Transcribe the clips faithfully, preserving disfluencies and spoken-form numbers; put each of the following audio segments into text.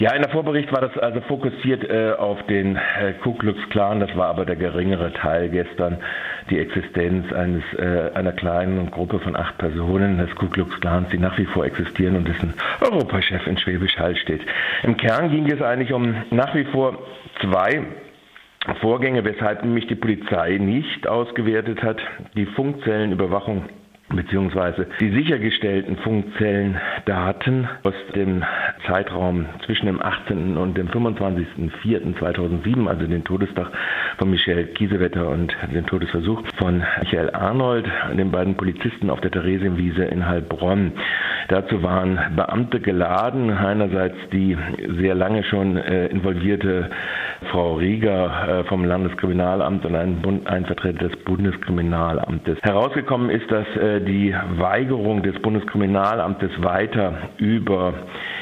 Ja, in der Vorbericht war das also fokussiert äh, auf den äh, Ku Klux Klan, das war aber der geringere Teil gestern, die Existenz eines äh, einer kleinen Gruppe von acht Personen des Ku Klux Klans, die nach wie vor existieren und dessen Europachef in Schwäbisch Hall steht. Im Kern ging es eigentlich um nach wie vor zwei Vorgänge, weshalb nämlich die Polizei nicht ausgewertet hat, die Funkzellenüberwachung beziehungsweise die sichergestellten Funkzellendaten aus dem Zeitraum zwischen dem achtzehnten und dem fünfundzwanzigsten vierten zweitausendsieben, also den Todestag von Michelle Kiesewetter und den Todesversuch von Michael Arnold, den beiden Polizisten auf der Theresienwiese in Heilbronn. Dazu waren Beamte geladen, einerseits die sehr lange schon äh, involvierte Frau Rieger äh, vom Landeskriminalamt und ein, Bund, ein Vertreter des Bundeskriminalamtes. Herausgekommen ist, dass äh, die Weigerung des Bundeskriminalamtes weiter über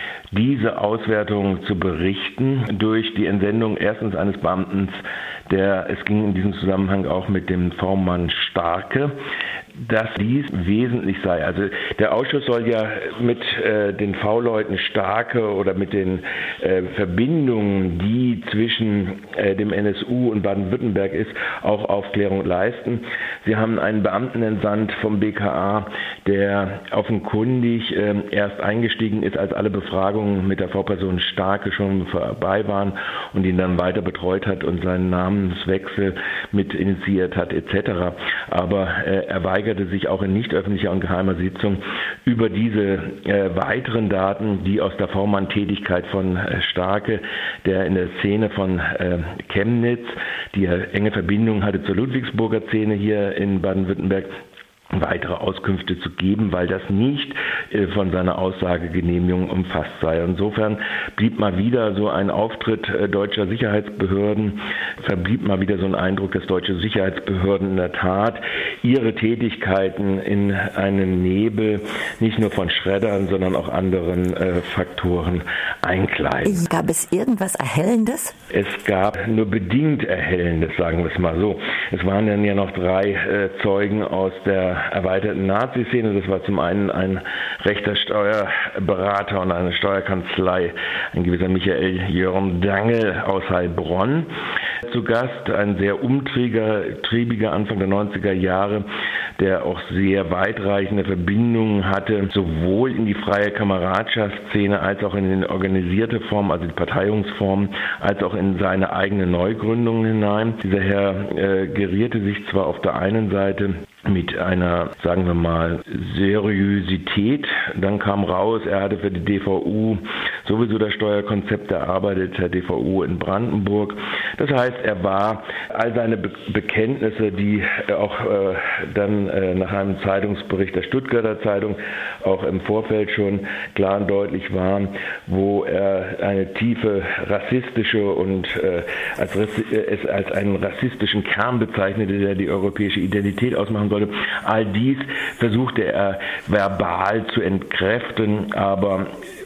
diese Auswertung zu berichten durch die Entsendung erstens eines Beamten, der, es ging in diesem Zusammenhang auch mit dem V-Mann Starke, dass dies wesentlich sei. Also der Ausschuss soll ja mit äh, den V-Leuten Starke oder mit den äh, Verbindungen, die zwischen äh, dem N S U und Baden-Württemberg ist, auch Aufklärung leisten. Sie haben einen Beamten entsandt vom B K A, der offenkundig äh, erst eingestiegen ist, als alle Befragungen mit der V-Person Starke schon vorbei waren und ihn dann weiter betreut hat und seinen Namenswechsel mit initiiert hat et cetera. Aber äh, er weigert sich auch in nicht öffentlicher und geheimer Sitzung über diese äh, weiteren Daten, die aus der V-Mann-Tätigkeit von äh, Starke, der in der Szene von äh, Chemnitz, die ja enge Verbindungen hatte zur Ludwigsburger Szene hier in Baden-Württemberg, weitere Auskünfte zu geben, weil das nicht äh, von seiner Aussagegenehmigung umfasst sei. Insofern blieb mal wieder so ein Auftritt äh, deutscher Sicherheitsbehörden, verblieb mal wieder so ein Eindruck, dass deutsche Sicherheitsbehörden in der Tat ihre Tätigkeiten in einen Nebel nicht nur von Schreddern, sondern auch anderen äh, Faktoren einkleiden. Gab es irgendwas Erhellendes? Es gab nur bedingt Erhellendes, sagen wir es mal so. Es waren dann ja noch drei äh, Zeugen aus der erweiterten Nazi-Szene. Das war zum einen ein rechter Steuerberater und eine Steuerkanzlei, ein gewisser Michael Jörn Dangel aus Heilbronn. Zu Gast ein sehr umtriebiger triebiger Anfang der neunziger Jahre, der auch sehr weitreichende Verbindungen hatte, sowohl in die freie Kameradschaftsszene als auch in die organisierte Form, also die Parteiungsform, als auch in seine eigene Neugründung hinein. Dieser Herr äh, gerierte sich zwar auf der einen Seite mit einer, sagen wir mal, Seriosität. Dann kam raus, er hatte für die D V U sowieso das Steuerkonzept erarbeitet, der D V U in Brandenburg. Das heißt, er war all seine Be- Bekenntnisse, die auch äh, dann äh, nach einem Zeitungsbericht der Stuttgarter Zeitung auch im Vorfeld schon klar und deutlich waren, wo er eine tiefe rassistische und äh, als, es als einen rassistischen Kern bezeichnete, der die europäische Identität ausmachen sollte. All dies versuchte er verbal zu entkräften, aber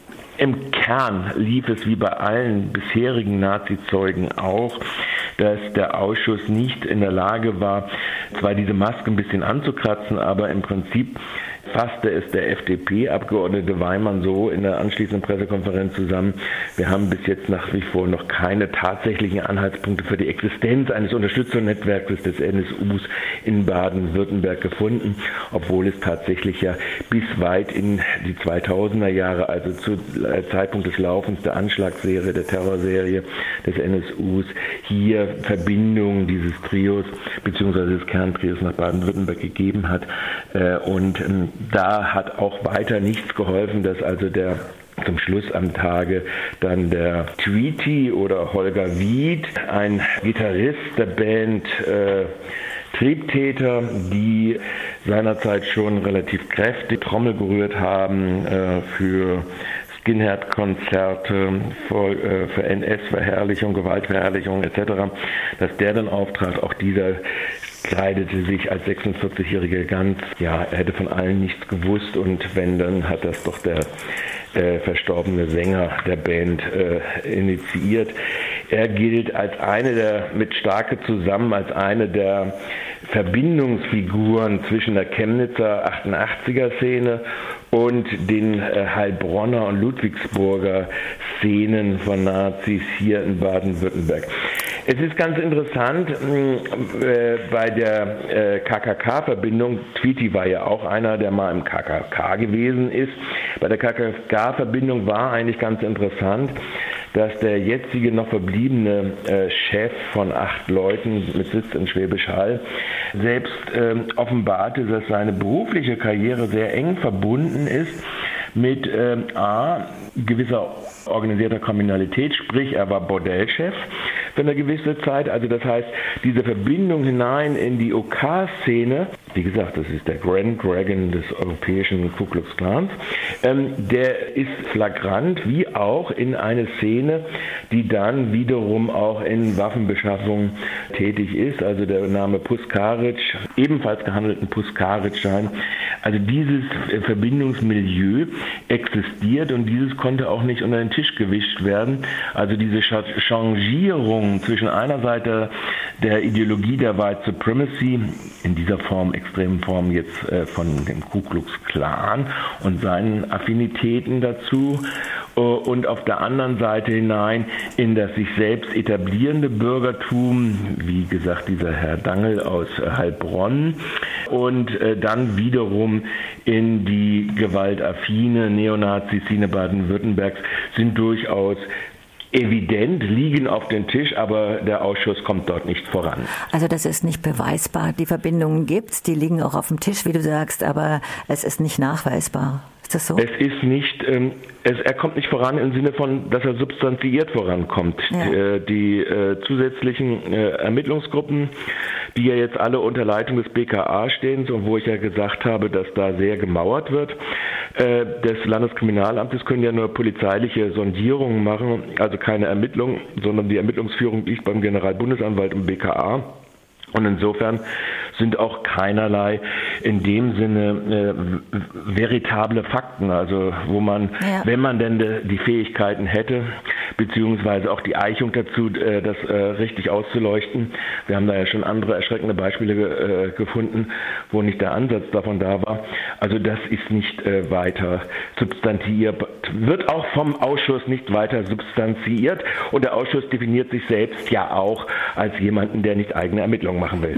im Kern lief es wie bei allen bisherigen Nazizeugen auch, dass der Ausschuss nicht in der Lage war, zwar diese Maske ein bisschen anzukratzen, aber im Prinzip fasste es der F D P-Abgeordnete Weimann so in der anschließenden Pressekonferenz zusammen: Wir haben bis jetzt nach wie vor noch keine tatsächlichen Anhaltspunkte für die Existenz eines Unterstützernetzwerkes des N S Us in Baden-Württemberg gefunden, obwohl es tatsächlich ja bis weit in die zweitausender Jahre, also zu Zeitpunkt des Laufens der Anschlagsserie, der Terrorserie des N S Us, hier Verbindungen dieses Trios bzw. des Kerntrios nach Baden-Württemberg gegeben hat. Und da hat auch weiter nichts geholfen, dass also der zum Schluss am Tage dann der Tweety oder Holger Wied, ein Gitarrist der Band äh, Triebtäter, die seinerzeit schon relativ kräftig Trommel gerührt haben äh, für Skinhead-Konzerte, für, äh, für N S-Verherrlichung, Gewaltverherrlichung et cetera, dass der dann auftrat. Auch dieser kleidete sich als sechsundvierzigjähriger ganz, ja, er hätte von allen nichts gewusst und wenn, dann hat das doch der äh, verstorbene Sänger der Band, äh, initiiert. Er gilt als eine der, mit Starke zusammen, als eine der Verbindungsfiguren zwischen der Chemnitzer achtundachtziger-Szene und den äh, Heilbronner und Ludwigsburger Szenen von Nazis hier in Baden-Württemberg. Es ist ganz interessant, äh, bei der äh, K K K-Verbindung, Tweety war ja auch einer, der mal im K K K gewesen ist, bei der K K K-Verbindung war eigentlich ganz interessant, dass der jetzige noch verbliebene äh, Chef von acht Leuten mit Sitz in Schwäbisch Hall selbst äh, offenbarte, dass seine berufliche Karriere sehr eng verbunden ist mit äh, A, gewisser organisierter Kriminalität, sprich er war Bordellchef für eine gewisse Zeit, also das heißt, diese Verbindung hinein in die O K-Szene, wie gesagt, das ist der Grand Dragon des europäischen Ku Klux Klans, ähm, der ist flagrant, wie auch in eine Szene, die dann wiederum auch in Waffenbeschaffung tätig ist, also der Name Puskaric, ebenfalls gehandelten Puskaric-Schein, also dieses Verbindungsmilieu existiert und dieses konnte auch nicht unter den Tisch gewischt werden, also diese Changierung zwischen einer Seite der Ideologie der White Supremacy, in dieser Form, extremen Form jetzt äh, von dem Ku Klux Klan und seinen Affinitäten dazu äh, und auf der anderen Seite hinein in das sich selbst etablierende Bürgertum, wie gesagt dieser Herr Dangl aus äh, Heilbronn und äh, dann wiederum in die gewaltaffine Neonazi-Szene Baden-Württembergs sind durchaus evident, liegen auf dem Tisch, aber der Ausschuss kommt dort nicht voran. Also das ist nicht beweisbar. Die Verbindungen gibt's, die liegen auch auf dem Tisch, wie du sagst, aber es ist nicht nachweisbar. Ist das so? Es ist nicht, ähm, es, er kommt nicht voran im Sinne von, dass er substanziiert vorankommt. Ja. Die, äh, die äh, zusätzlichen äh, Ermittlungsgruppen, die ja jetzt alle unter Leitung des B K A stehen, und wo ich ja gesagt habe, dass da sehr gemauert wird, äh, des Landeskriminalamtes können ja nur polizeiliche Sondierungen machen, also keine Ermittlungen, sondern die Ermittlungsführung liegt beim Generalbundesanwalt im B K A. Und insofern sind auch keinerlei in dem Sinne äh, veritable Fakten, also wo man, ja. wenn man denn de, die Fähigkeiten hätte, beziehungsweise auch die Eichung dazu, äh, das äh, richtig auszuleuchten. Wir haben da ja schon andere erschreckende Beispiele ge, äh, gefunden, wo nicht der Ansatz davon da war. Also das ist nicht äh, weiter substanziert, wird auch vom Ausschuss nicht weiter substanziert und der Ausschuss definiert sich selbst ja auch als jemanden, der nicht eigene Ermittlungen machen will.